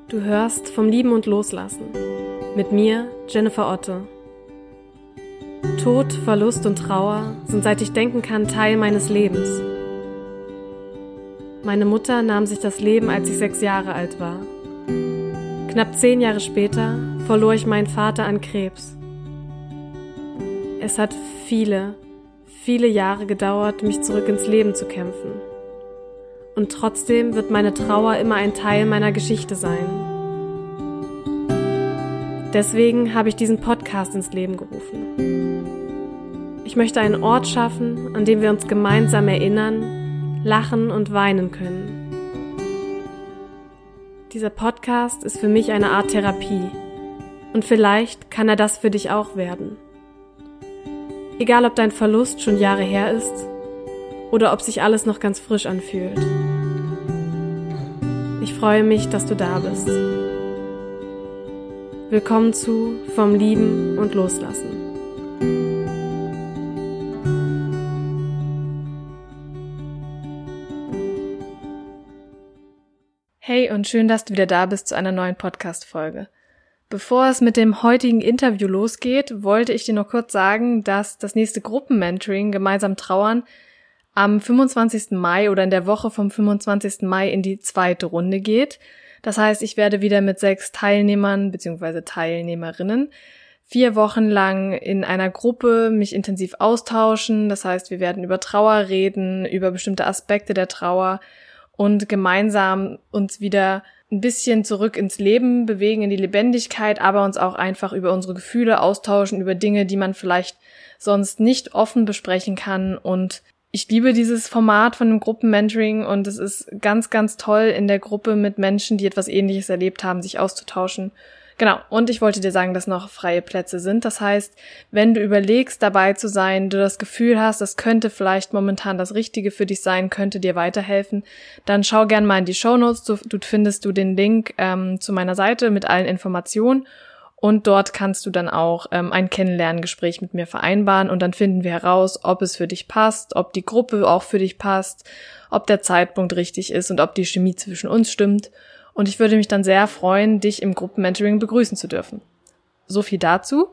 Du hörst vom Lieben und Loslassen. Mit mir, Jennifer Otte. Tod, Verlust und Trauer sind, seit ich denken kann, Teil meines Lebens. Meine Mutter nahm sich das Leben, als ich 6 Jahre alt war. Knapp 10 Jahre später verlor ich meinen Vater an Krebs. Es hat viele Jahre gedauert, mich zurück ins Leben zu kämpfen. Und trotzdem wird meine Trauer immer ein Teil meiner Geschichte sein. Deswegen habe ich diesen Podcast ins Leben gerufen. Ich möchte einen Ort schaffen, an dem wir uns gemeinsam erinnern, lachen und weinen können. Dieser Podcast ist für mich eine Art Therapie. Und vielleicht kann er das für dich auch werden. Egal, ob dein Verlust schon Jahre her ist oder ob sich alles noch ganz frisch anfühlt. Ich freue mich, dass du da bist. Willkommen zu Vom Lieben und Loslassen. Hey und schön, dass du wieder da bist zu einer neuen Podcast-Folge. Bevor es mit dem heutigen Interview losgeht, wollte ich dir noch kurz sagen, dass das nächste Gruppenmentoring Gemeinsam trauern am 25. Mai oder in der Woche vom 25. Mai in die 2. Runde geht. Das heißt, ich werde wieder mit 6 Teilnehmern bzw. Teilnehmerinnen 4 Wochen lang in einer Gruppe mich intensiv austauschen. Das heißt, wir werden über Trauer reden, über bestimmte Aspekte der Trauer und gemeinsam uns wieder ein bisschen zurück ins Leben bewegen, in die Lebendigkeit, aber uns auch einfach über unsere Gefühle austauschen, über Dinge, die man vielleicht sonst nicht offen besprechen kann. Und ich liebe dieses Format von dem Gruppenmentoring und es ist ganz, ganz toll, in der Gruppe mit Menschen, die etwas Ähnliches erlebt haben, sich auszutauschen. Genau, und ich wollte dir sagen, dass noch freie Plätze sind. Das heißt, wenn du überlegst, dabei zu sein, du das Gefühl hast, das könnte vielleicht momentan das Richtige für dich sein, könnte dir weiterhelfen, dann schau gern mal in die Shownotes. Dort findest du den Link zu meiner Seite mit allen Informationen. Und dort kannst du dann auch ein Kennenlerngespräch mit mir vereinbaren und dann finden wir heraus, ob es für dich passt, ob die Gruppe auch für dich passt, ob der Zeitpunkt richtig ist und ob die Chemie zwischen uns stimmt. Und ich würde mich dann sehr freuen, dich im Gruppenmentoring begrüßen zu dürfen. So viel dazu.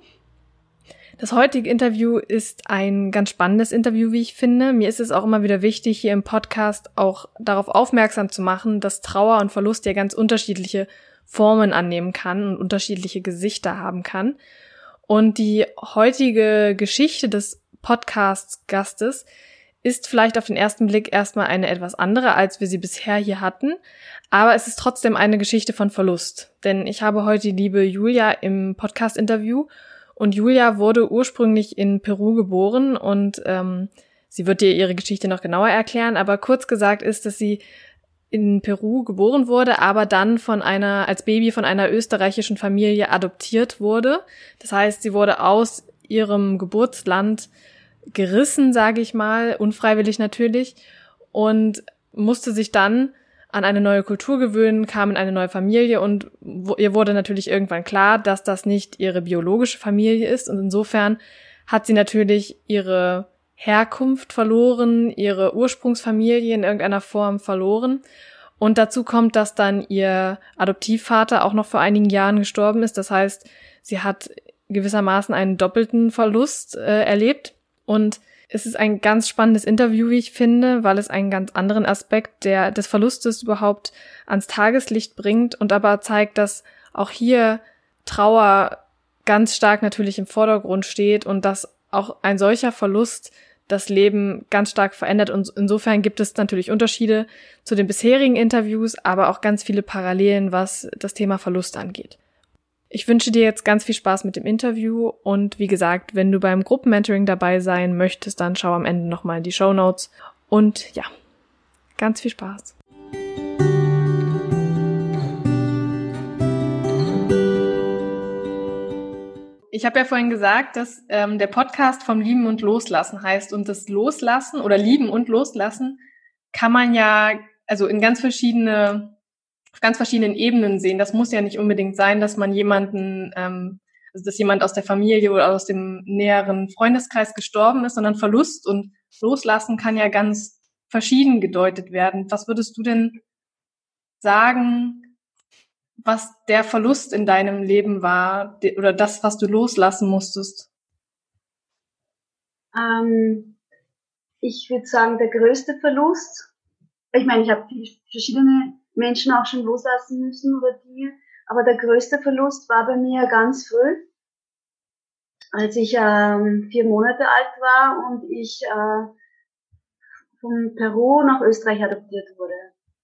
Das heutige Interview ist ein ganz spannendes Interview, wie ich finde. Mir ist es auch immer wieder wichtig, hier im Podcast auch darauf aufmerksam zu machen, dass Trauer und Verlust ja ganz unterschiedliche Formen annehmen kann und unterschiedliche Gesichter haben kann. Und die heutige Geschichte des Podcast-Gastes ist vielleicht auf den ersten Blick erstmal eine etwas andere, als wir sie bisher hier hatten. Aber es ist trotzdem eine Geschichte von Verlust. Denn ich habe heute die liebe Julia im Podcast-Interview. Und Julia wurde ursprünglich in Peru geboren und sie wird dir ihre Geschichte noch genauer erklären. Aber kurz gesagt ist, dass sie in Peru geboren wurde, aber dann als Baby von einer österreichischen Familie adoptiert wurde. Das heißt, sie wurde aus ihrem Geburtsland gerissen, sage ich mal, unfreiwillig natürlich, und musste sich dann an eine neue Kultur gewöhnen, kam in eine neue Familie und ihr wurde natürlich irgendwann klar, dass das nicht ihre biologische Familie ist und insofern hat sie natürlich ihre Herkunft verloren, ihre Ursprungsfamilie in irgendeiner Form verloren. Und dazu kommt, dass dann ihr Adoptivvater auch noch vor einigen Jahren gestorben ist. Das heißt, sie hat gewissermaßen einen doppelten Verlust erlebt. Und es ist ein ganz spannendes Interview, wie ich finde, weil es einen ganz anderen Aspekt des Verlustes überhaupt ans Tageslicht bringt und aber zeigt, dass auch hier Trauer ganz stark natürlich im Vordergrund steht und dass auch ein solcher Verlust das Leben ganz stark verändert und insofern gibt es natürlich Unterschiede zu den bisherigen Interviews, aber auch ganz viele Parallelen, was das Thema Verlust angeht. Ich wünsche dir jetzt ganz viel Spaß mit dem Interview und wie gesagt, wenn du beim Gruppenmentoring dabei sein möchtest, dann schau am Ende nochmal in die Shownotes und ja, ganz viel Spaß. Ich habe ja vorhin gesagt, dass der Podcast vom Lieben und Loslassen heißt und das Loslassen oder Lieben und Loslassen kann man ja also auf ganz verschiedenen Ebenen sehen. Das muss ja nicht unbedingt sein, dass man dass jemand aus der Familie oder aus dem näheren Freundeskreis gestorben ist, sondern Verlust und Loslassen kann ja ganz verschieden gedeutet werden. Was würdest du denn sagen, was der Verlust in deinem Leben war oder das, was du loslassen musstest? Ich würde sagen, der größte Verlust, ich meine, ich habe verschiedene Menschen auch schon loslassen müssen oder Dinge, aber der größte Verlust war bei mir ganz früh, als ich 4 Monate alt war und ich von Peru nach Österreich adoptiert wurde.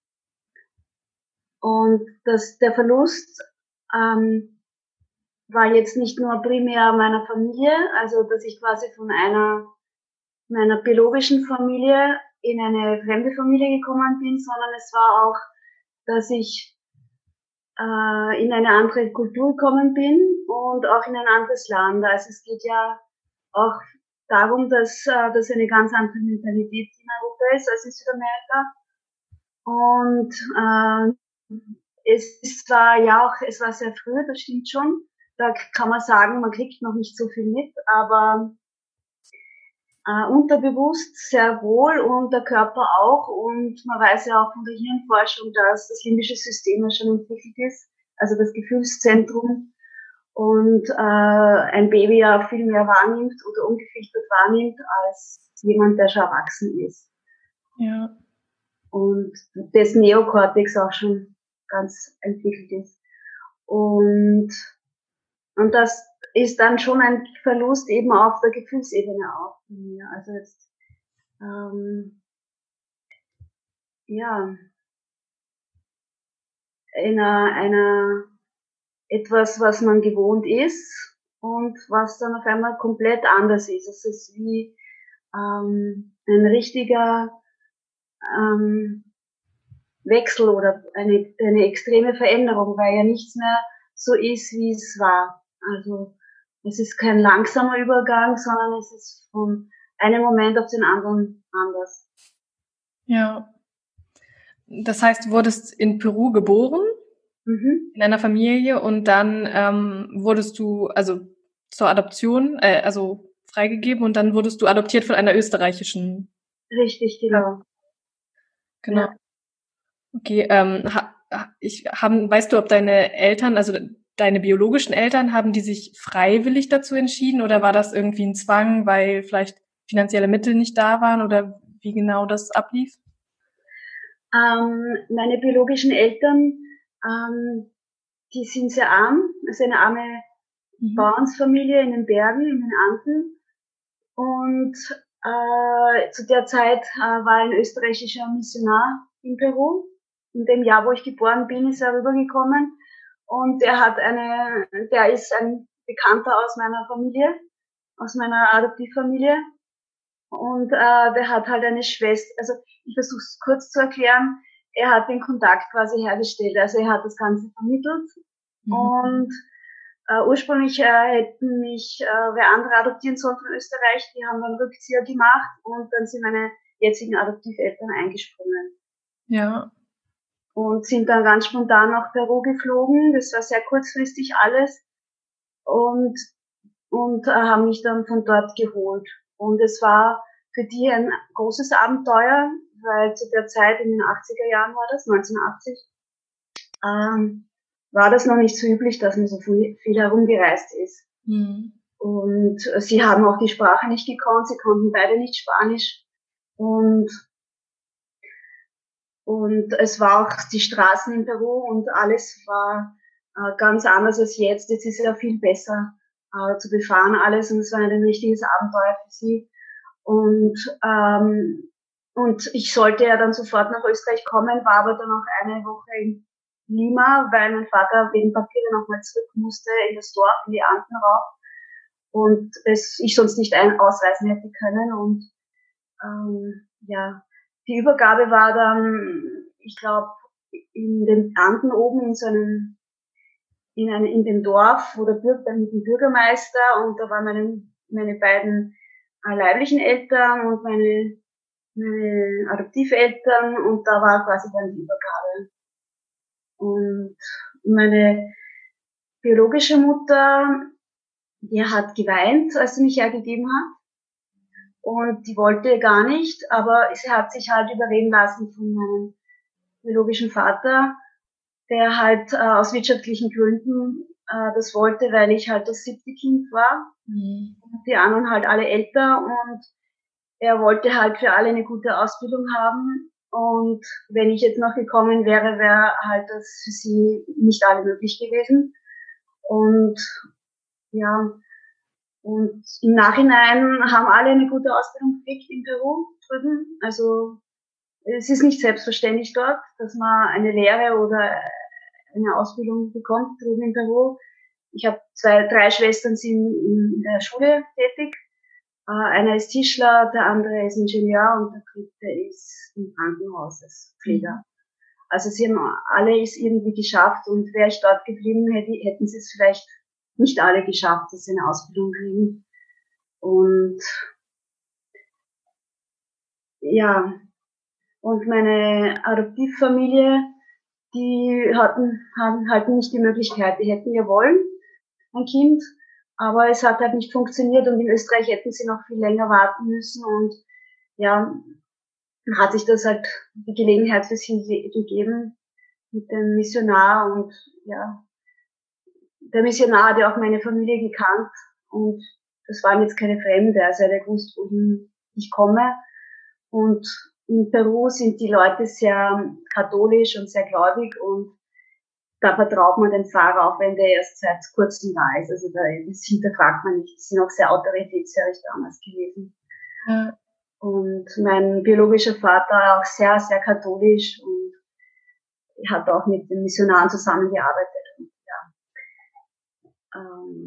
Und der Verlust war jetzt nicht nur primär meiner Familie, also dass ich quasi von meiner biologischen Familie in eine fremde Familie gekommen bin, sondern es war auch, dass ich in eine andere Kultur gekommen bin und auch in ein anderes Land. Also es geht ja auch darum, dass das eine ganz andere Mentalität in Europa ist als in Südamerika. Und es war sehr früh, das stimmt schon. Da kann man sagen, man kriegt noch nicht so viel mit, aber unterbewusst sehr wohl und der Körper auch. Und man weiß ja auch von der Hirnforschung, dass das limbische System ja schon entwickelt ist, also das Gefühlszentrum. Und ein Baby ja viel mehr wahrnimmt oder ungefiltert wahrnimmt als jemand, der schon erwachsen ist. Ja. Und das Neokortex auch schon ganz entwickelt ist. Und das ist dann schon ein Verlust eben auf der Gefühlsebene auch bei mir. Also jetzt, ja, einer etwas, was man gewohnt ist und was dann auf einmal komplett anders ist. Es ist wie ein richtiger Wechsel oder eine extreme Veränderung, weil ja nichts mehr so ist, wie es war. Also es ist kein langsamer Übergang, sondern es ist von einem Moment auf den anderen anders. Ja. Das heißt, du wurdest in Peru geboren, in einer Familie, und dann wurdest du also zur Adoption, also freigegeben, und dann wurdest du adoptiert von einer österreichischen. Richtig, genau. Genau. Ja. Okay, weißt du, ob deine Eltern, also deine biologischen Eltern, haben die sich freiwillig dazu entschieden oder war das irgendwie ein Zwang, weil vielleicht finanzielle Mittel nicht da waren oder wie genau das ablief? Meine biologischen Eltern, die sind sehr arm, also eine arme Bauernsfamilie in den Bergen, in den Anden. Und zu der Zeit war ein österreichischer Missionar in Peru. In dem Jahr, wo ich geboren bin, ist er rübergekommen. Und der ist ein Bekannter aus meiner Familie, aus meiner Adoptivfamilie. Und der hat halt eine Schwester, also ich versuche es kurz zu erklären, er hat den Kontakt quasi hergestellt, also er hat das Ganze vermittelt. Und ursprünglich hätten mich wer andere adoptieren sollen von Österreich, die haben dann Rückzieher gemacht und dann sind meine jetzigen Adoptiveltern eingesprungen. Ja. Und sind dann ganz spontan nach Peru geflogen, das war sehr kurzfristig alles und haben mich dann von dort geholt. Und es war für die ein großes Abenteuer, weil zu der Zeit in den 80er Jahren war das, 1980, war das noch nicht so üblich, dass man so viel herumgereist ist. Und sie haben auch die Sprache nicht gekonnt, sie konnten beide nicht Spanisch. Und es war auch die Straßen in Peru und alles war ganz anders als jetzt. Jetzt ist es ja viel besser zu befahren alles und es war ein richtiges Abenteuer für sie. Und ich sollte ja dann sofort nach Österreich kommen, war aber dann auch eine Woche in Lima, weil mein Vater wegen Papiere nochmal zurück musste in das Dorf, in die Anden rauf. Und ich sonst nicht ausreisen hätte können. Und ja, die Übergabe war dann, ich glaube, in den Anden oben in dem Dorf, wo mit dem Bürgermeister, und da waren meine beiden leiblichen Eltern und meine Adoptiveltern, und da war quasi dann die Übergabe. Und meine biologische Mutter, die hat geweint, als sie mich hergegeben hat. Und die wollte gar nicht, aber sie hat sich halt überreden lassen von meinem biologischen Vater. der halt aus wirtschaftlichen Gründen das wollte, weil ich halt das 7. Kind war. Und die anderen halt alle älter, und er wollte halt für alle eine gute Ausbildung haben. Und wenn ich jetzt noch gekommen wäre, wäre halt das für sie nicht alle möglich gewesen. Und ja, und im Nachhinein haben alle eine gute Ausbildung gekriegt in Peru drüben. Also es ist nicht selbstverständlich dort, dass man eine Lehre oder eine Ausbildung bekommt drüben in Peru. Ich habe 3 Schwestern sind in der Schule tätig. Einer ist Tischler, der andere ist Ingenieur und der dritte ist im Krankenhaus als Pfleger. Also sie haben alle es irgendwie geschafft, und wäre ich dort geblieben, hätten sie es vielleicht nicht alle geschafft, dass sie eine Ausbildung kriegen. Und ja, und meine Adoptivfamilie, die hatten halt nicht die Möglichkeit, die hätten ja wollen, ein Kind, aber es hat halt nicht funktioniert, und in Österreich hätten sie noch viel länger warten müssen, und ja, hat sich das halt die Gelegenheit für sie gegeben mit dem Missionar, und ja, der Missionar hat ja auch meine Familie gekannt, und das waren jetzt keine Fremde, also er hat gewusst, wohin ich komme. Und in Peru sind die Leute sehr katholisch und sehr gläubig, und da vertraut man den Pfarrer, auch wenn der erst seit kurzem da ist. Also das hinterfragt man nicht. Die sind auch sehr autoritätshörig damals gewesen. Ja. Und mein biologischer Vater auch sehr, sehr katholisch, und hat auch mit den Missionaren zusammengearbeitet. Und, ja.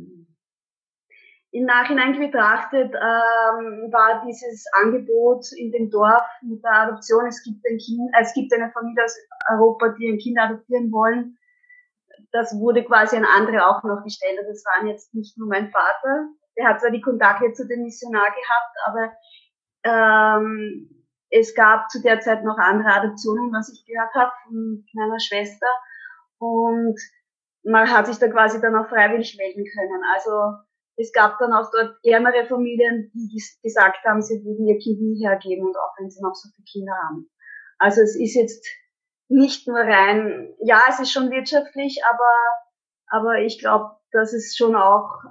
Im Nachhinein betrachtet war dieses Angebot in dem Dorf mit der Adoption, es gibt eine Familie aus Europa, die ein Kind adoptieren wollen. Das wurde quasi an andere auch noch gestellt. Das waren jetzt nicht nur mein Vater. Der hat zwar die Kontakte zu dem Missionar gehabt, aber es gab zu der Zeit noch andere Adoptionen, was ich gehört habe von meiner Schwester. Und man hat sich da quasi dann auch freiwillig melden können. Also es gab dann auch dort ärmere Familien, die gesagt haben, sie würden ihr Kind nie hergeben, und auch wenn sie noch so viele Kinder haben. Also es ist jetzt nicht nur rein, ja, es ist schon wirtschaftlich, aber ich glaube, dass es schon auch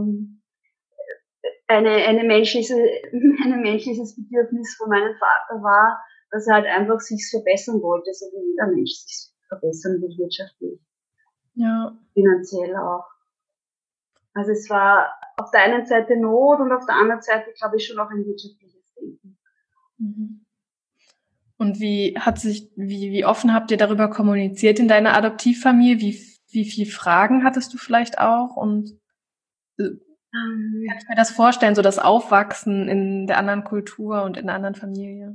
ein menschliches Bedürfnis von meinem Vater war, dass er halt einfach sich verbessern wollte, so wie jeder Mensch sich verbessern will, wirtschaftlich. Ja. Finanziell auch. Also es war auf der einen Seite Not, und auf der anderen Seite, glaube ich, schon auch ein wirtschaftliches Denken. Mhm. Und wie offen habt ihr darüber kommuniziert in deiner Adoptivfamilie? Wie viel Fragen hattest du vielleicht auch? Und kann ich mir das vorstellen, so das Aufwachsen in der anderen Kultur und in der anderen Familie?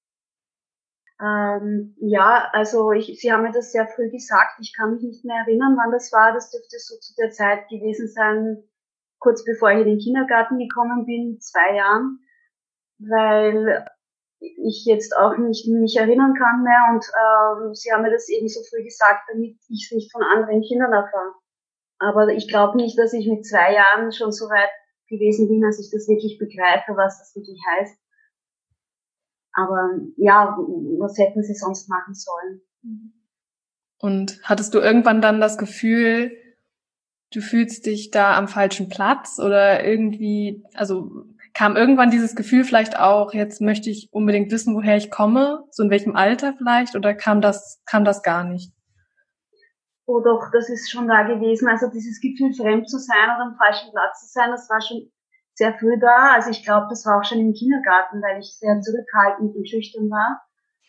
Ja, also sie haben mir das sehr früh gesagt. Ich kann mich nicht mehr erinnern, wann das war. Das dürfte so zu der Zeit gewesen sein, kurz bevor ich in den Kindergarten gekommen bin, 2 Jahren, weil ich jetzt auch nicht mich erinnern kann mehr, und sie haben mir das eben so früh gesagt, damit ich es nicht von anderen Kindern erfahre. Aber ich glaube nicht, dass ich mit 2 Jahren schon so weit gewesen bin, dass ich das wirklich begreife, was das wirklich heißt. Aber ja, was hätten sie sonst machen sollen? Und hattest du irgendwann dann das Gefühl, du fühlst dich da am falschen Platz, oder irgendwie, also kam irgendwann dieses Gefühl vielleicht auch, jetzt möchte ich unbedingt wissen, woher ich komme, so in welchem Alter vielleicht, oder kam das gar nicht? Oh doch, das ist schon da gewesen. Also dieses Gefühl, fremd zu sein oder am falschen Platz zu sein, das war schon sehr früh da. Also ich glaube, das war auch schon im Kindergarten, weil ich sehr zurückhaltend und schüchtern war.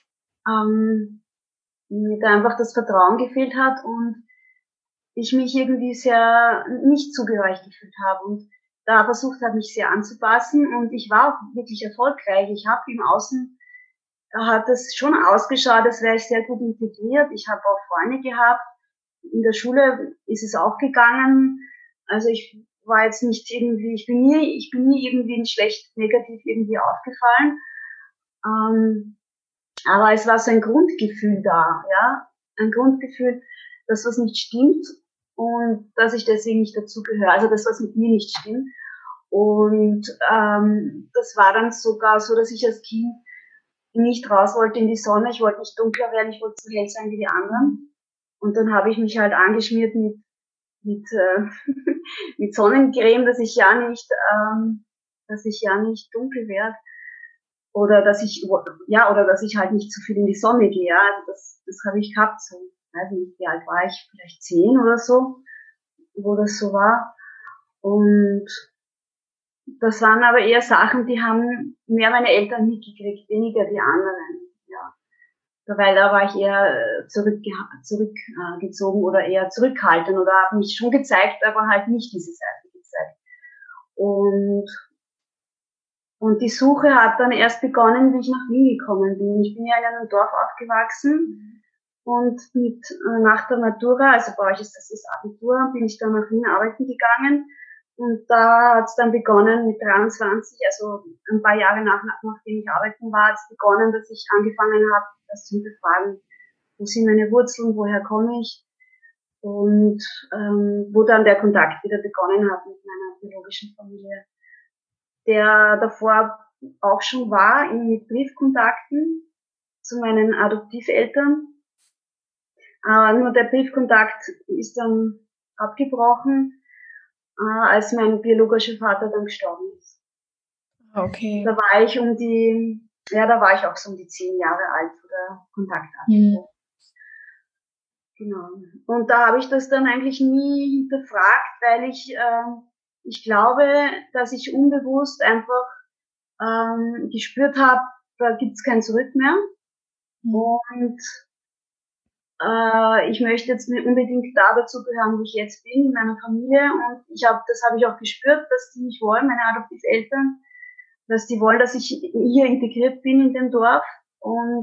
Mir da einfach das Vertrauen gefehlt hat, und ich mich irgendwie sehr nicht zugehörig gefühlt habe, und da versucht habe, mich sehr anzupassen, und ich war auch wirklich erfolgreich. Ich habe im Außen, hat es schon ausgeschaut, als wäre ich sehr gut integriert. Ich habe auch Freunde gehabt. In der Schule ist es auch gegangen. Also ich war jetzt nicht irgendwie, ich bin nie irgendwie schlecht, negativ irgendwie aufgefallen. Aber es war so ein Grundgefühl da, ja, ein Grundgefühl, dass was nicht stimmt, und dass ich deswegen nicht dazugehöre, also dass was mit mir nicht stimmt. Und das war dann sogar so, dass ich als Kind nicht raus wollte in die Sonne, ich wollte nicht dunkler werden, ich wollte so hell sein wie die anderen. Und dann habe ich mich halt angeschmiert mit mit Sonnencreme, dass ich ja nicht dunkel werde oder dass ich halt nicht zu viel in die Sonne gehe. Ja, also das habe ich gehabt, so, weiß nicht, wie alt war ich, vielleicht 10 oder so, wo das so war. Und das waren aber eher Sachen, die haben mehr meine Eltern mitgekriegt, weniger die anderen. Ja, weil da war ich eher zurückgezogen oder eher zurückhaltend oder habe mich schon gezeigt, aber halt nicht diese Seite gezeigt. Und die Suche hat dann erst begonnen, wie ich nach Wien gekommen bin. Ich bin ja in einem Dorf aufgewachsen und nach der Matura, also bei euch ist das Abitur, bin ich dann nach Wien arbeiten gegangen. Und da hat es dann begonnen mit 23, also ein paar Jahre nachdem ich arbeiten war, hat es begonnen, dass ich angefangen habe, das zu hinterfragen. Wo sind meine Wurzeln, woher komme ich? Und wo dann der Kontakt wieder begonnen hat mit meiner biologischen Familie, der davor auch schon war, mit Briefkontakten zu meinen Adoptiveltern. Aber nur der Briefkontakt ist dann abgebrochen, als mein biologischer Vater dann gestorben ist. Okay. Da war ich auch so um die 10 Jahre alt, wo der Kontakt abgebrochen. Genau. Und da habe ich das dann eigentlich nie hinterfragt, weil ich glaube, dass ich unbewusst einfach gespürt habe, da gibt's kein Zurück mehr. Und ich möchte jetzt nicht unbedingt da dazu gehören, wo ich jetzt bin, in meiner Familie. Und das habe ich auch gespürt, dass die mich wollen, meine Adoptiveltern, dass die wollen, dass ich hier integriert bin in dem Dorf. Und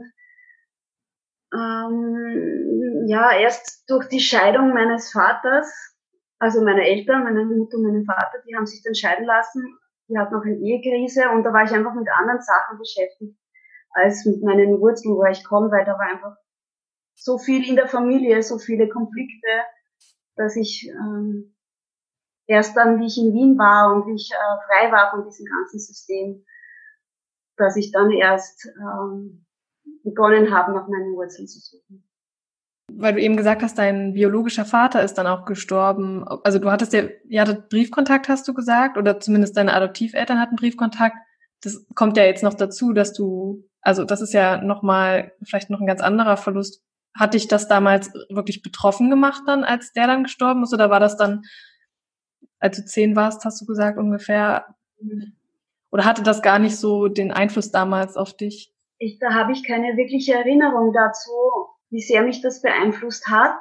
erst durch die Scheidung meines Vaters, also meiner Eltern, meine Mutter und meinen Vater, die haben sich dann scheiden lassen. Die hatten noch eine Ehekrise und da war ich einfach mit anderen Sachen beschäftigt als mit meinen Wurzeln, woher ich komme, weil da war einfach so viel in der Familie, so viele Konflikte, dass ich erst dann, wie ich in Wien war und wie ich frei war von diesem ganzen System, dass ich dann erst begonnen habe, nach meinen Wurzeln zu suchen. Weil du eben gesagt hast, dein biologischer Vater ist dann auch gestorben. Also du hattest ihr hattet Briefkontakt, hast du gesagt, oder zumindest deine Adoptiveltern hatten Briefkontakt. Das kommt ja jetzt noch dazu, also das ist ja vielleicht noch ein ganz anderer Verlust. Hat dich das damals wirklich betroffen gemacht dann, als der dann gestorben ist? Oder war das dann, als du 10 warst, hast du gesagt ungefähr? Oder hatte das gar nicht so den Einfluss damals auf dich? Da habe ich keine wirkliche Erinnerung dazu, wie sehr mich das beeinflusst hat.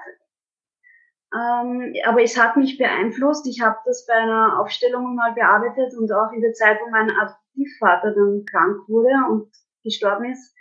Aber es hat mich beeinflusst. Ich habe das bei einer Aufstellung mal bearbeitet und auch in der Zeit, wo mein Adoptivvater dann krank wurde und gestorben ist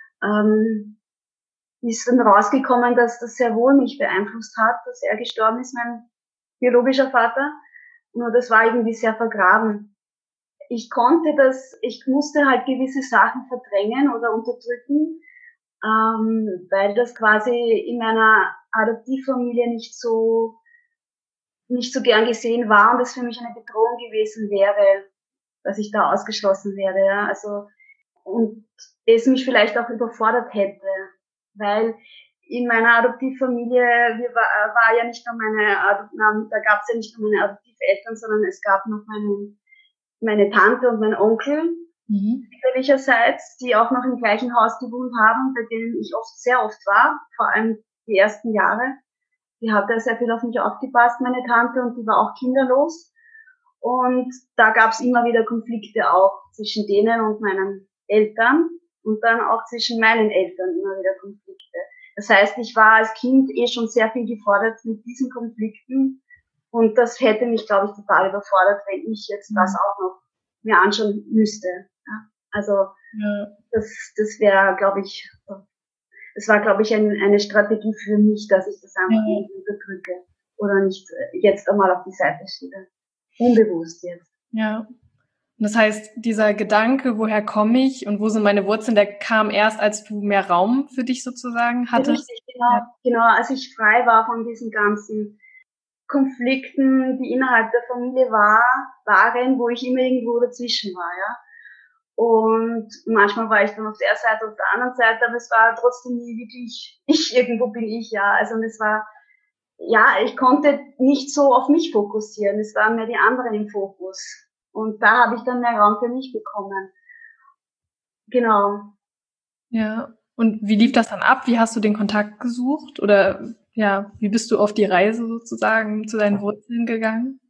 dann rausgekommen, dass das sehr wohl mich beeinflusst hat, dass er gestorben ist, mein biologischer Vater. Nur das war irgendwie sehr vergraben. Ich musste halt gewisse Sachen verdrängen oder unterdrücken, weil das quasi in meiner Adoptivfamilie nicht so gern gesehen war und es für mich eine Bedrohung gewesen wäre, dass ich da ausgeschlossen werde. Ja. Also, und es mich vielleicht auch überfordert hätte, weil in meiner Adoptivfamilie war ja nicht nur da gab es ja nicht nur meine Adoptiveltern, sondern es gab noch meine Tante und mein Onkel, väterlicherseits, die auch noch im gleichen Haus gewohnt haben, bei denen ich sehr oft war, vor allem die ersten Jahre. Die hatte sehr viel auf mich aufgepasst, meine Tante, und die war auch kinderlos. Und da gab es immer wieder Konflikte auch zwischen denen und meinen Eltern und dann auch zwischen meinen Eltern immer wieder Konflikte. Das heißt, ich war als Kind schon sehr viel gefordert mit diesen Konflikten und das hätte mich, glaube ich, total überfordert, wenn ich jetzt das auch noch mir anschauen müsste. Ja? Also das wäre, glaube ich, das war, glaube ich, eine Strategie für mich, dass ich das einfach nicht unterdrücke oder nicht jetzt einmal auf die Seite schiebe. Unbewusst jetzt. Ja. Und das heißt, dieser Gedanke, woher komme ich und wo sind meine Wurzeln, der kam erst, als du mehr Raum für dich sozusagen hattest? Richtig, genau, als ich frei war von diesen ganzen Konflikten, die innerhalb der Familie waren, wo ich immer irgendwo dazwischen war, ja. Und manchmal war ich dann auf der Seite, auf der anderen Seite, aber es war trotzdem nie wirklich irgendwo bin ich, ja. Also und es war, ja, ich konnte nicht so auf mich fokussieren. Es waren mehr die anderen im Fokus. Und da habe ich dann mehr Raum für mich bekommen. Genau. Ja. Und wie lief das dann ab? Wie hast du den Kontakt gesucht? Oder ja, wie bist du auf die Reise sozusagen zu deinen Wurzeln gegangen?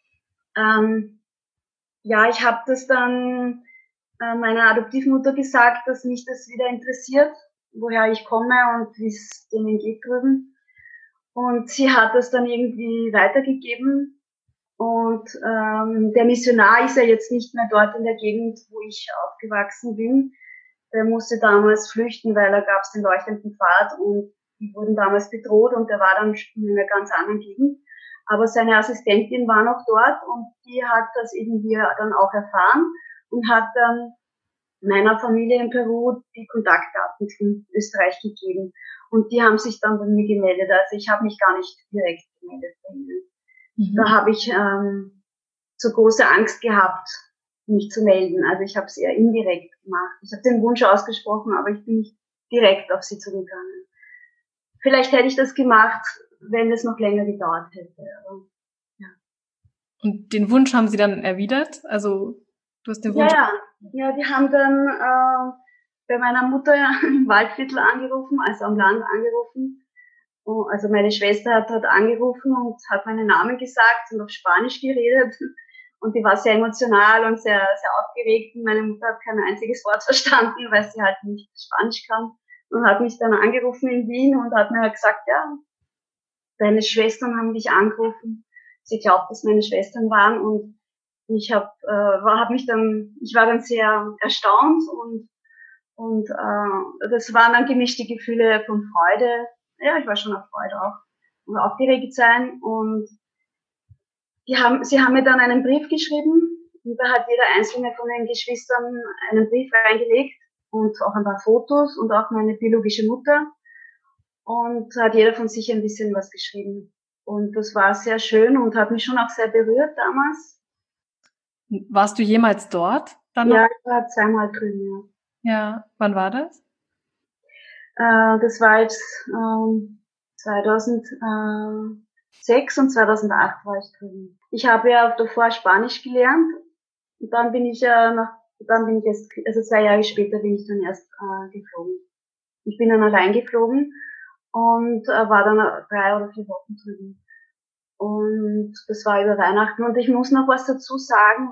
Ja, ich habe das dann meiner Adoptivmutter gesagt, dass mich das wieder interessiert, woher ich komme und wie es denen geht drüben. Und sie hat das dann irgendwie weitergegeben. Und der Missionar ist ja jetzt nicht mehr dort in der Gegend, wo ich aufgewachsen bin. Der musste damals flüchten, weil da gab es den leuchtenden Pfad und die wurden damals bedroht und der war dann in einer ganz anderen Gegend. Aber seine Assistentin war noch dort und die hat das irgendwie dann auch erfahren und hat dann meiner Familie in Peru die Kontaktdaten von Österreich gegeben. Und die haben sich dann bei mir gemeldet. Also ich habe mich gar nicht direkt gemeldet bei ihnen. Da habe ich so große Angst gehabt, mich zu melden. Also ich habe es eher indirekt gemacht. Ich habe den Wunsch ausgesprochen, aber ich bin nicht direkt auf sie zugegangen. Vielleicht hätte ich das gemacht, wenn es noch länger gedauert hätte. Aber, ja. Und den Wunsch haben sie dann erwidert? Also du hast den Wunsch... Ja, die haben dann bei meiner Mutter im Waldviertel angerufen, also am Land angerufen. Also meine Schwester hat dort angerufen und hat meinen Namen gesagt und auf Spanisch geredet. Und die war sehr emotional und sehr, sehr aufgeregt. Und meine Mutter hat kein einziges Wort verstanden, weil sie halt nicht Spanisch kann. Und hat mich dann angerufen in Wien und hat mir halt gesagt, ja, deine Schwestern haben dich angerufen. Sie glaubt, dass meine Schwestern waren. Und ich ich war dann sehr erstaunt und das waren dann gemischte Gefühle von Freude. Ja, ich war schon auf Freude auch und aufgeregt sein und sie haben mir dann einen Brief geschrieben und da hat jeder einzelne von den Geschwistern einen Brief reingelegt und auch ein paar Fotos und auch meine biologische Mutter und hat jeder von sich ein bisschen was geschrieben und das war sehr schön und hat mich schon auch sehr berührt damals. Warst du jemals dort? Dann Ja, noch? ich war zweimal drüben, ja. Ja, wann war das? Das war jetzt 2006 und 2008 war ich drüben. Ich habe ja davor Spanisch gelernt und dann bin ich erst, also 2 Jahre später bin ich dann erst geflogen. Ich bin dann allein geflogen und war dann 3 oder 4 Wochen drüben. Und das war über Weihnachten. Und ich muss noch was dazu sagen,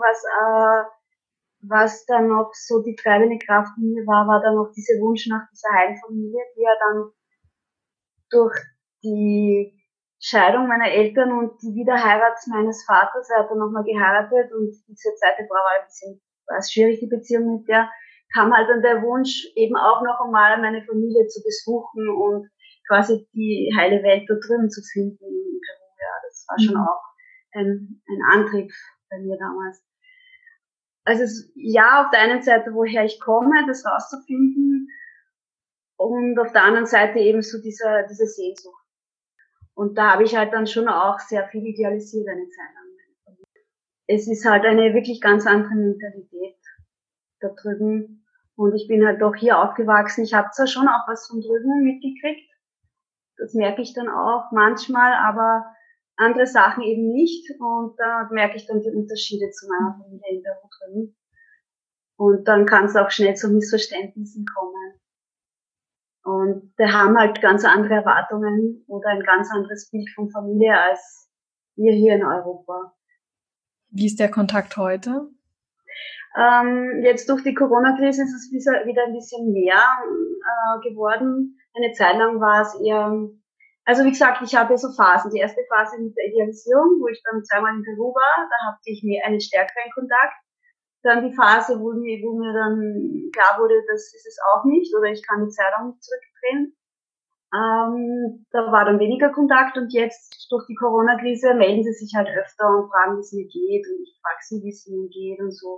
was dann noch so die treibende Kraft in mir war dann noch dieser Wunsch nach dieser Heilfamilie, die ja dann durch die Scheidung meiner Eltern und die Wiederheirat meines Vaters, er hat dann nochmal geheiratet und diese zweite Frau war es schwierig, die Beziehung mit der, kam halt dann der Wunsch, eben auch noch einmal meine Familie zu besuchen und quasi die heile Welt da drüben zu finden in Peru. Ja, das war schon auch ein Antrieb bei mir damals. Also ja, auf der einen Seite, woher ich komme, das rauszufinden und auf der anderen Seite eben so diese Sehnsucht. Und da habe ich halt dann schon auch sehr viel idealisiert eine Zeit lang. Es ist halt eine wirklich ganz andere Mentalität da drüben. Und ich bin halt doch hier aufgewachsen. Ich habe zwar schon auch was von drüben mitgekriegt. Das merke ich dann auch manchmal, aber andere Sachen eben nicht. Und da merke ich dann die Unterschiede zu meiner Familie in Peru drüben. Und dann kann es auch schnell zu Missverständnissen kommen. Und wir haben halt ganz andere Erwartungen oder ein ganz anderes Bild von Familie als wir hier in Europa. Wie ist der Kontakt heute? Jetzt durch die Corona-Krise ist es wieder ein bisschen mehr geworden. Eine Zeit lang war es eher, also wie gesagt, ich hatte so Phasen. Die erste Phase mit der Idealisierung, wo ich dann zweimal in Peru war, da hatte ich mehr einen stärkeren Kontakt. Dann die Phase, wo mir dann klar wurde, das ist es auch nicht oder ich kann die Zeit auch nicht zurückdrehen. Da war dann weniger Kontakt und jetzt durch die Corona-Krise melden sie sich halt öfter und fragen, wie es mir geht und ich frage sie, wie es ihnen geht und so.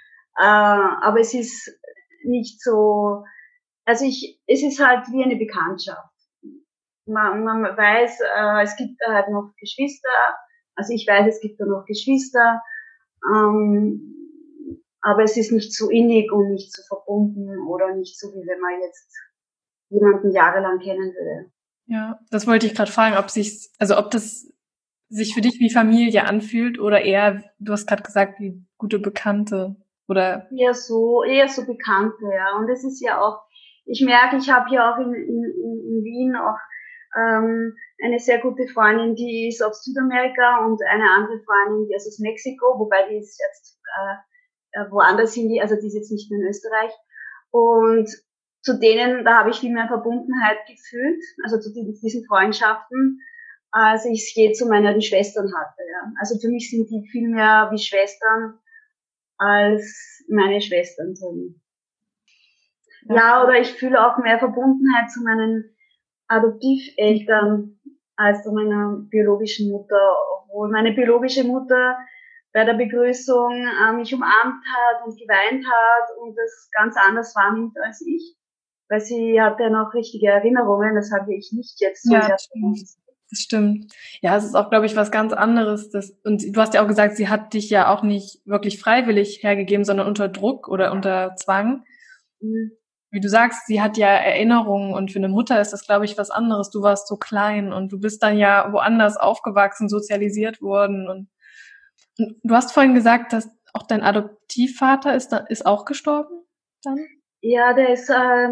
Aber es ist nicht so, also es ist halt wie eine Bekanntschaft. Man weiß, es gibt da halt noch Geschwister, also ich weiß, es gibt da noch Geschwister, aber es ist nicht so innig und nicht so verbunden oder nicht so, wie wenn man jetzt jemanden jahrelang kennen würde. Ja, das wollte ich gerade fragen, ob das sich für dich wie Familie anfühlt oder eher, du hast gerade gesagt, wie gute Bekannte oder Eher so Bekannte, ja. Und es ist ja auch, ich merke, ich habe ja auch in Wien auch eine sehr gute Freundin, die ist aus Südamerika und eine andere Freundin, die ist aus Mexiko, wobei die ist jetzt woanders hin, also die ist jetzt nicht mehr in Österreich. Und zu denen, da habe ich viel mehr Verbundenheit gefühlt, also zu diesen Freundschaften, als ich es je zu meinen Schwestern hatte. Ja. Also für mich sind die viel mehr wie Schwestern als meine Schwestern sind. Ja, oder ich fühle auch mehr Verbundenheit zu meinen Adoptiveltern als zu meiner biologischen Mutter, obwohl meine biologische Mutter bei der Begrüßung mich umarmt hat und geweint hat und das ganz anders wahrnimmt als ich, weil sie hatte ja noch richtige Erinnerungen, das habe ich nicht jetzt so ja, sehr. das stimmt. Ja, es ist auch, glaube ich, was ganz anderes. Und du hast ja auch gesagt, sie hat dich ja auch nicht wirklich freiwillig hergegeben, sondern unter Druck oder unter Zwang. Mhm. Wie du sagst, sie hat ja Erinnerungen und für eine Mutter ist das, glaube ich, was anderes. Du warst so klein und du bist dann ja woanders aufgewachsen, sozialisiert worden. Und du hast vorhin gesagt, dass auch dein Adoptivvater ist auch gestorben dann? Ja, der ist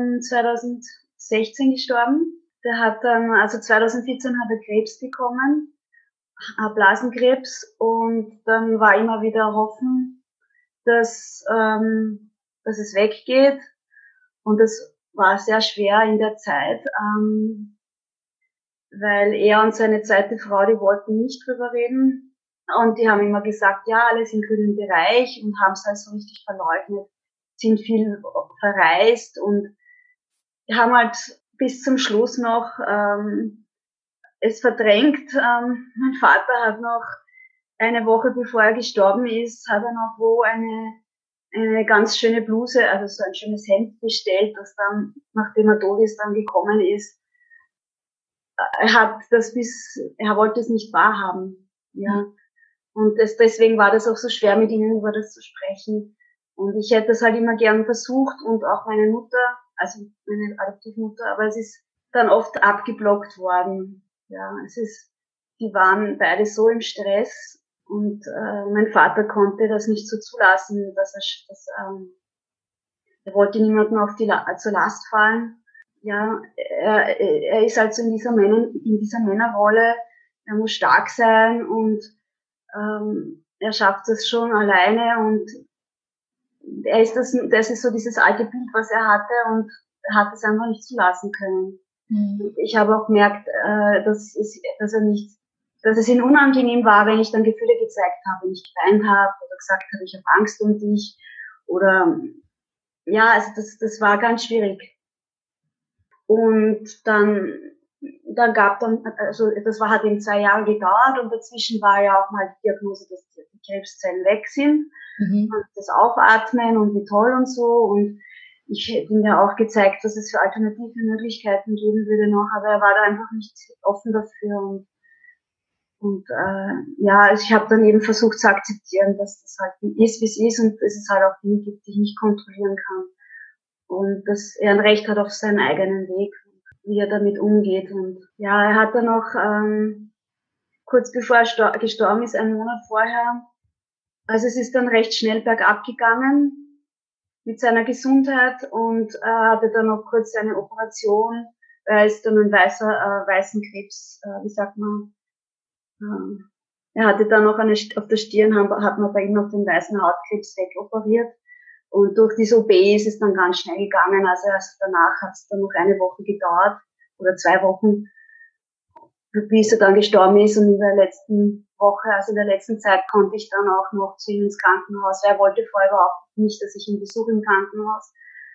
2016 gestorben. Der hat dann, also 2014 hat er Krebs bekommen, Blasenkrebs, und dann war immer wieder Hoffen, dass es weggeht. Und das war sehr schwer in der Zeit, weil er und seine zweite Frau, die wollten nicht drüber reden. Und die haben immer gesagt, ja, alles im grünen Bereich, und haben es halt so richtig verleugnet, sind viel verreist und haben halt bis zum Schluss noch es verdrängt. Mein Vater hat noch eine Woche bevor er gestorben ist, hat er noch eine ganz schöne Bluse, also so ein schönes Hemd bestellt, das dann, nachdem er tot ist, dann gekommen ist. Er wollte es nicht wahrhaben, ja. Und deswegen war das auch so schwer, mit ihnen über das zu sprechen. Und ich hätte es halt immer gern versucht und auch meine Mutter, also meine Adoptivmutter, aber es ist dann oft abgeblockt worden. Ja, die waren beide so im Stress, und mein Vater konnte das nicht so zulassen, er wollte niemanden zur Last fallen. Ja, er ist also in dieser Männerrolle, er muss stark sein und er schafft es schon alleine, und das ist so dieses alte Bild, was er hatte, und er hat es einfach nicht zulassen können. Mhm. Ich habe auch gemerkt, dass es ihm unangenehm war, wenn ich dann Gefühle gezeigt habe, wenn ich geweint habe oder gesagt habe, ich habe Angst um dich, oder ja, also das war ganz schwierig. Und dann also das hat eben 2 Jahre gedauert, und dazwischen war ja auch mal die Diagnose, dass die Krebszellen weg sind, und das Aufatmen und wie toll und so, und ich hätte ihm ja auch gezeigt, dass es für alternative Möglichkeiten geben würde noch, aber er war da einfach nicht offen dafür, und ja, also ich habe dann eben versucht zu akzeptieren, dass das halt ist, wie es ist, und dass es halt auch Dinge gibt, die ich nicht kontrollieren kann, und dass er ein Recht hat auf seinen eigenen Weg, wie er damit umgeht. Und ja, er hat dann auch kurz bevor er gestorben ist, einen Monat vorher, also es ist dann recht schnell bergab gegangen mit seiner Gesundheit, und er hatte dann noch kurz eine Operation. Er ist dann ein weißen Krebs, wie sagt man, er hatte dann noch auf der Stirn, hat man bei ihm noch den weißen Hautkrebs wegoperiert. Und durch diese OP ist es dann ganz schnell gegangen. Also erst danach hat es dann noch eine Woche gedauert oder 2 Wochen, bis er dann gestorben ist. Und in der letzten Woche, also in der letzten Zeit, konnte ich dann auch noch zu ihm ins Krankenhaus. Er wollte vorher überhaupt nicht, dass ich ihn besuche im Krankenhaus.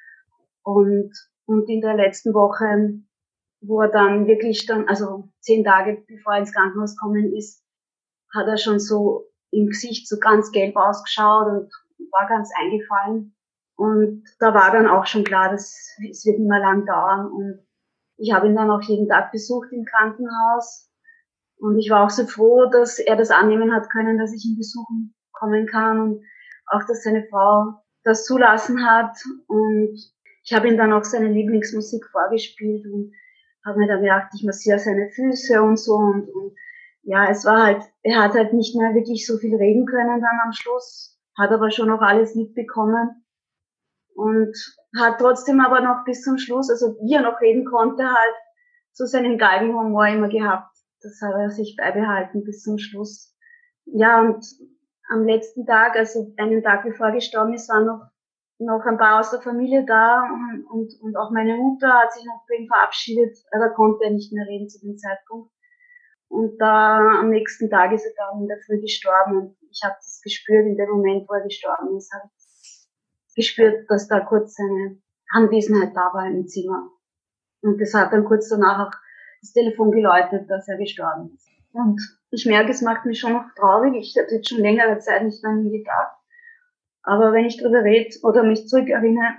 Und in der letzten Woche, wo er dann wirklich also 10 Tage bevor er ins Krankenhaus gekommen ist, hat er schon so im Gesicht so ganz gelb ausgeschaut und war ganz eingefallen. Und da war dann auch schon klar, dass es wird nicht mehr lang dauern. Und ich habe ihn dann auch jeden Tag besucht im Krankenhaus. Und ich war auch so froh, dass er das annehmen hat können, dass ich ihn besuchen kommen kann. Und auch, dass seine Frau das zulassen hat. Und ich habe ihm dann auch seine Lieblingsmusik vorgespielt und habe mir dann gedacht, ich massiere seine Füße und so. Und ja, es war halt, er hat halt nicht mehr wirklich so viel reden können dann am Schluss, hat aber schon noch alles mitbekommen und hat trotzdem aber noch bis zum Schluss, also wie er noch reden konnte, halt so seinen Galgenhumor immer gehabt. Das hat er sich beibehalten bis zum Schluss. Ja, und am letzten Tag, also einen Tag bevor er gestorben ist, waren noch ein paar aus der Familie da und auch meine Mutter hat sich noch für ihn verabschiedet. Da konnte er nicht mehr reden zu dem Zeitpunkt. Und da am nächsten Tag ist er dann in der Früh gestorben und ich habe das gespürt in dem Moment, wo er gestorben ist, habe ich gespürt, dass da kurz seine Anwesenheit da war im Zimmer. Und es hat dann kurz danach auch das Telefon geläutet, dass er gestorben ist. Und ich merke, es macht mich schon noch traurig. Ich habe jetzt schon längere Zeit nicht an ihn gedacht. Aber wenn ich drüber rede oder mich zurück erinnere,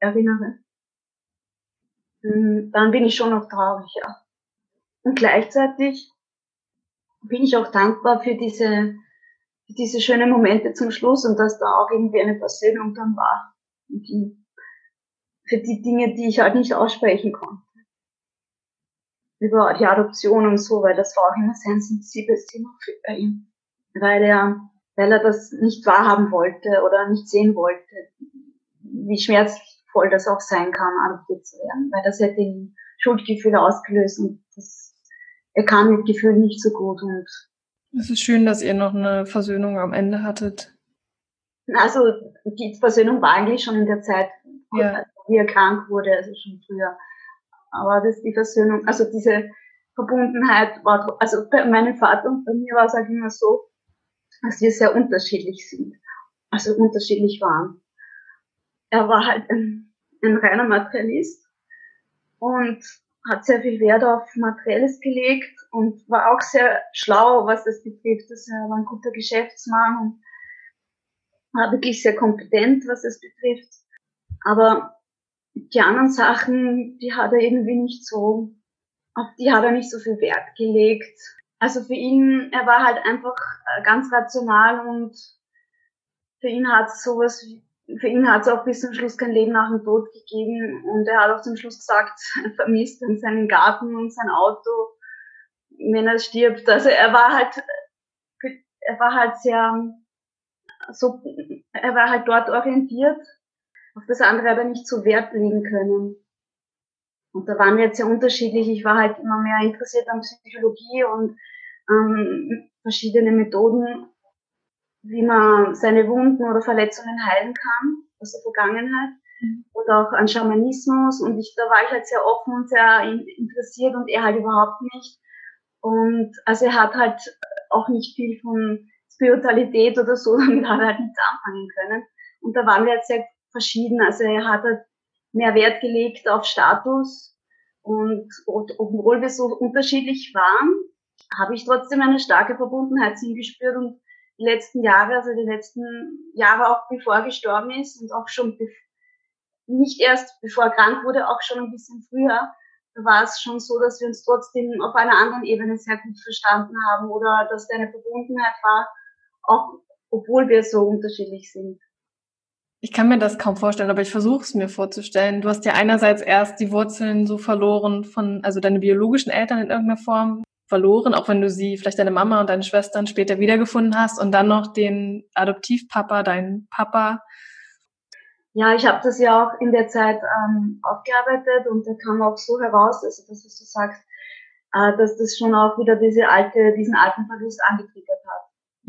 dann bin ich schon noch traurig, ja. Und gleichzeitig bin ich auch dankbar für diese schönen Momente zum Schluss und dass da auch irgendwie eine Versöhnung dann war. Und für die Dinge, die ich halt nicht aussprechen konnte. Über die Adoption und so, weil das war auch immer sehr ein sensibles Thema bei ihm. Weil er das nicht wahrhaben wollte oder nicht sehen wollte, wie schmerzvoll das auch sein kann, adoptiert zu werden. Weil das hätte ihm Schuldgefühle ausgelöst und er kam mit Gefühlen nicht so gut. Und es ist schön, dass ihr noch eine Versöhnung am Ende hattet. Also die Versöhnung war eigentlich schon in der Zeit, ja. wie er krank wurde, also schon früher. Aber die Versöhnung, also diese Verbundenheit war, also bei meinem Vater und bei mir war es halt immer so, dass wir sehr unterschiedlich sind, also unterschiedlich waren. Er war halt ein reiner Materialist und hat sehr viel Wert auf Materielles gelegt und war auch sehr schlau, was das betrifft. Also er war ein guter Geschäftsmann und war wirklich sehr kompetent, was das betrifft. Aber die anderen Sachen, die hat er irgendwie nicht so, auf die hat er nicht so viel Wert gelegt. Also für ihn, er war halt einfach ganz rational und für ihn hat es auch bis zum Schluss kein Leben nach dem Tod gegeben und er hat auch zum Schluss gesagt, er vermisst dann seinen Garten und sein Auto, wenn er stirbt. Also er war halt dort orientiert. Auf das andere hat er nicht so Wert legen können. Und da waren wir jetzt sehr unterschiedlich. Ich war halt immer mehr interessiert an Psychologie und verschiedene Methoden, wie man seine Wunden oder Verletzungen heilen kann aus der Vergangenheit. Und auch an Schamanismus. Und da war ich halt sehr offen und sehr interessiert und er halt überhaupt nicht. Und also er hat halt auch nicht viel von Spiritualität oder so, damit hat er halt nichts anfangen können. Und da waren wir jetzt sehr verschieden. Also er hat halt mehr Wert gelegt auf Status und obwohl wir so unterschiedlich waren, habe ich trotzdem eine starke Verbundenheit zu ihm gespürt und die letzten Jahre auch bevor er gestorben ist und auch schon nicht erst bevor er krank wurde, auch schon ein bisschen früher, da war es schon so, dass wir uns trotzdem auf einer anderen Ebene sehr gut verstanden haben oder dass da eine Verbundenheit war, auch obwohl wir so unterschiedlich sind. Ich kann mir das kaum vorstellen, aber ich versuche es mir vorzustellen. Du hast ja einerseits erst die Wurzeln so verloren also deine biologischen Eltern in irgendeiner Form verloren, auch wenn du sie, vielleicht deine Mama und deine Schwestern später wiedergefunden hast und dann noch den Adoptivpapa, deinen Papa. Ja, ich habe das ja auch in der Zeit aufgearbeitet und da kam auch so heraus, also dass was du sagst, dass das schon auch wieder diesen alten Verlust angetriggert hat.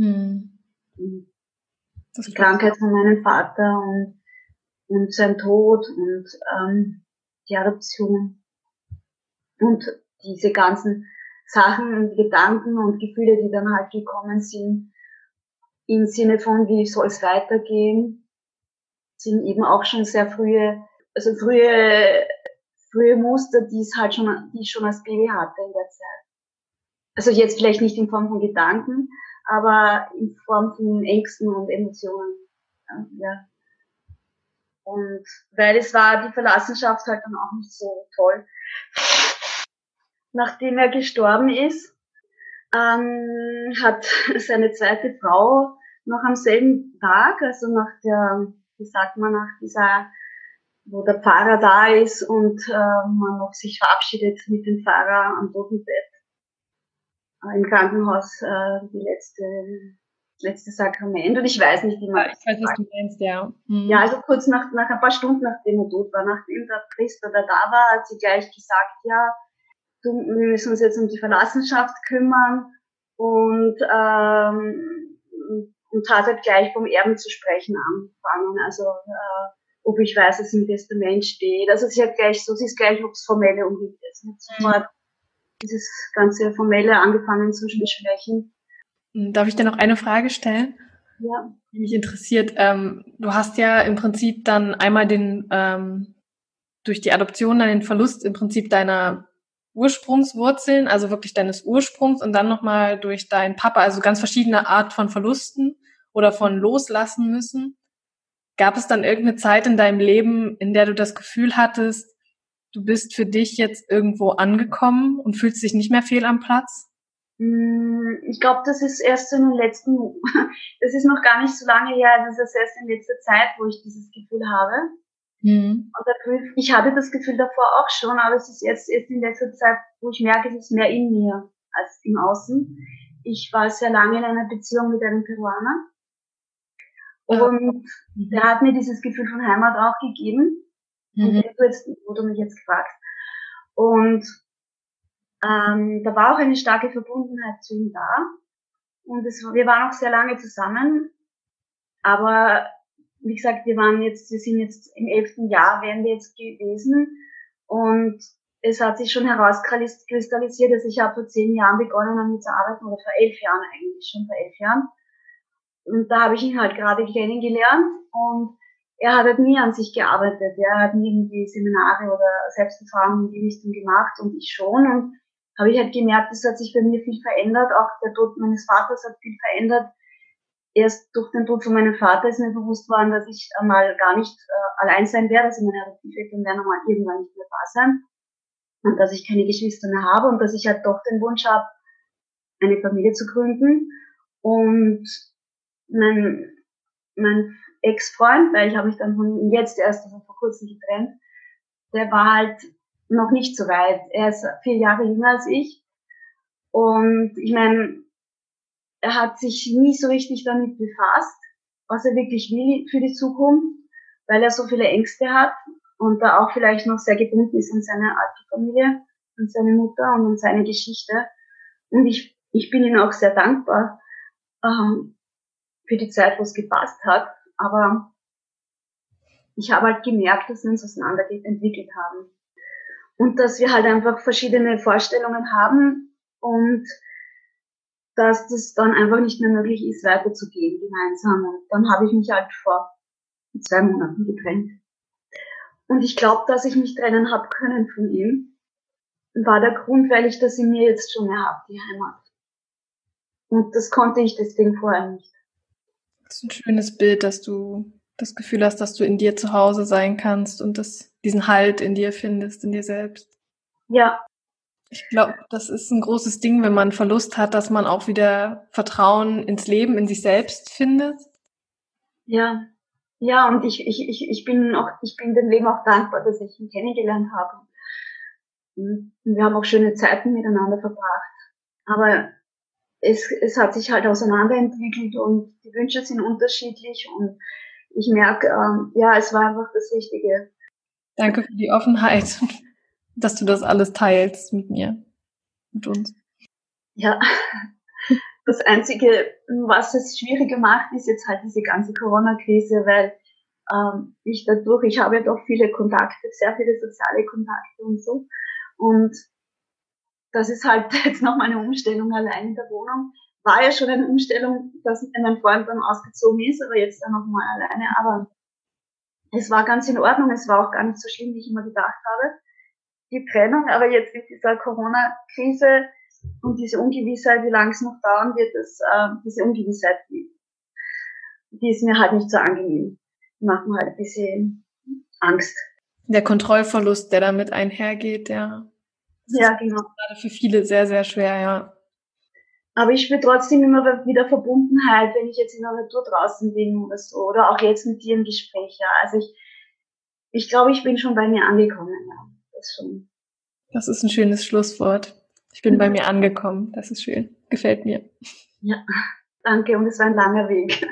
Die Krankheit von meinem Vater und sein Tod und die Adoption und diese ganzen Sachen und Gedanken und Gefühle, die dann halt gekommen sind, im Sinne von, wie soll es weitergehen, sind eben auch schon sehr frühe Muster, die ich schon als Baby hatte in der Zeit. Also jetzt vielleicht nicht in Form von Gedanken, aber in Form von Ängsten und Emotionen. Ja. Und weil es war die Verlassenschaft halt dann auch nicht so toll. Nachdem er gestorben ist, hat seine zweite Frau noch am selben Tag, also nach der wie sagt man, nach dieser, wo der Pfarrer da ist und man noch sich verabschiedet mit dem Pfarrer am Totenbett im Krankenhaus, das letzte Sakrament. Und ich weiß nicht, wie man Ich weiß, was du meinst, ja. Ja, also kurz nach ein paar Stunden, nachdem er tot war, nachdem der Priester da war, hat sie gleich gesagt, ja, wir müssen uns jetzt um die Verlassenschaft kümmern und hat halt gleich vom Erben zu sprechen angefangen. Also ob ich weiß, dass im Testament steht. Also sie ist gleich aufs Formelle umgesetzt. Sofort dieses ganze Formelle angefangen zu besprechen. Darf ich dir noch eine Frage stellen? Ja. Die mich interessiert. Du hast ja im Prinzip dann einmal durch die Adoption dann den Verlust im Prinzip deiner Ursprungswurzeln, also wirklich deines Ursprungs, und dann nochmal durch deinen Papa, also ganz verschiedene Art von Verlusten oder von loslassen müssen. Gab es dann irgendeine Zeit in deinem Leben, in der du das Gefühl hattest, du bist für dich jetzt irgendwo angekommen und fühlst dich nicht mehr fehl am Platz? Ich glaube, das ist erst so in den letzten, das ist noch gar nicht so lange her, das ist erst in letzter Zeit, wo ich dieses Gefühl habe. Und ich hatte das Gefühl davor auch schon, aber es ist erst in letzter Zeit, wo ich merke, es ist mehr in mir als im Außen. Ich war sehr lange in einer Beziehung mit einem Peruaner und der hat mir dieses Gefühl von Heimat auch gegeben, wo du mich jetzt fragst. Und da war auch eine starke Verbundenheit zu ihm da. Und wir waren auch sehr lange zusammen. Aber wie gesagt, wir sind jetzt im 11. Jahr, wären wir jetzt gewesen. Und es hat sich schon herauskristallisiert, dass ich habe vor 10 Jahren begonnen, an mir zu arbeiten, oder vor 11 Jahren eigentlich, schon vor 11 Jahren. Und da habe ich ihn halt gerade kennengelernt. Und er hat halt nie an sich gearbeitet. Er hat nie irgendwie Seminare oder Selbsterfahrungen in die Richtung gemacht und ich schon. Und habe ich halt gemerkt, es hat sich bei mir viel verändert. Auch der Tod meines Vaters hat viel verändert. Erst durch den Tod von meinem Vater ist mir bewusst worden, dass ich einmal gar nicht allein sein werde. Also meine Adoptiveltern werden einmal irgendwann nicht mehr da sein. Und dass ich keine Geschwister mehr habe und dass ich halt doch den Wunsch habe, eine Familie zu gründen. Und mein Ex-Freund, weil ich habe mich dann von jetzt erst, also vor kurzem getrennt, der war halt noch nicht so weit. Er ist 4 Jahre jünger als ich. Und ich meine, er hat sich nie so richtig damit befasst, was er wirklich will für die Zukunft, weil er so viele Ängste hat und da auch vielleicht noch sehr gebunden ist an seine alte Familie, an seine Mutter und an seine Geschichte. Und ich bin ihm auch sehr dankbar für die Zeit, wo es gepasst hat. Aber ich habe halt gemerkt, dass wir uns entwickelt haben. Und dass wir halt einfach verschiedene Vorstellungen haben und dass das dann einfach nicht mehr möglich ist, weiterzugehen gemeinsam. Und dann habe ich mich halt vor 2 Monaten getrennt. Und ich glaube, dass ich mich trennen habe können von ihm, war der Grund, weil ich das in mir jetzt schon mehr habe, die Heimat. Und das konnte ich deswegen vorher nicht. Das ist ein schönes Bild, dass du das Gefühl hast, dass du in dir zu Hause sein kannst und diesen Halt in dir findest, in dir selbst. Ja. Ich glaube, das ist ein großes Ding, wenn man Verlust hat, dass man auch wieder Vertrauen ins Leben, in sich selbst findet. Ja. Ja, und ich bin dem Leben auch dankbar, dass ich ihn kennengelernt habe. Und wir haben auch schöne Zeiten miteinander verbracht. Aber es hat sich halt auseinanderentwickelt und die Wünsche sind unterschiedlich und ich merke, es war einfach das Richtige. Danke für die Offenheit, dass du das alles teilst mit mir, mit uns. Ja, das Einzige, was es schwieriger macht, ist jetzt halt diese ganze Corona-Krise, weil ich habe ja doch viele Kontakte, sehr viele soziale Kontakte und so. Und das ist halt jetzt nochmal eine Umstellung allein in der Wohnung. War ja schon eine Umstellung, dass mein Freund dann ausgezogen ist, aber jetzt dann nochmal alleine. Aber es war ganz in Ordnung, es war auch gar nicht so schlimm, wie ich immer gedacht habe, die Trennung. Aber jetzt mit dieser Corona-Krise und diese Ungewissheit, wie lange es noch dauern wird, diese Ungewissheit, die ist mir halt nicht so angenehm. Die macht mir halt ein bisschen Angst. Der Kontrollverlust, der damit einhergeht, ja. Ja, genau. Das ist gerade für viele sehr, sehr schwer, ja. Aber ich spüre trotzdem immer wieder Verbundenheit, wenn ich jetzt in der Natur draußen bin oder so. Oder auch jetzt mit dir im Gespräch. Ja. Also ich glaube, ich bin schon bei mir angekommen. Ja. Das schon. Das ist ein schönes Schlusswort. Ich bin bei mir angekommen. Das ist schön. Gefällt mir. Ja, danke. Und es war ein langer Weg.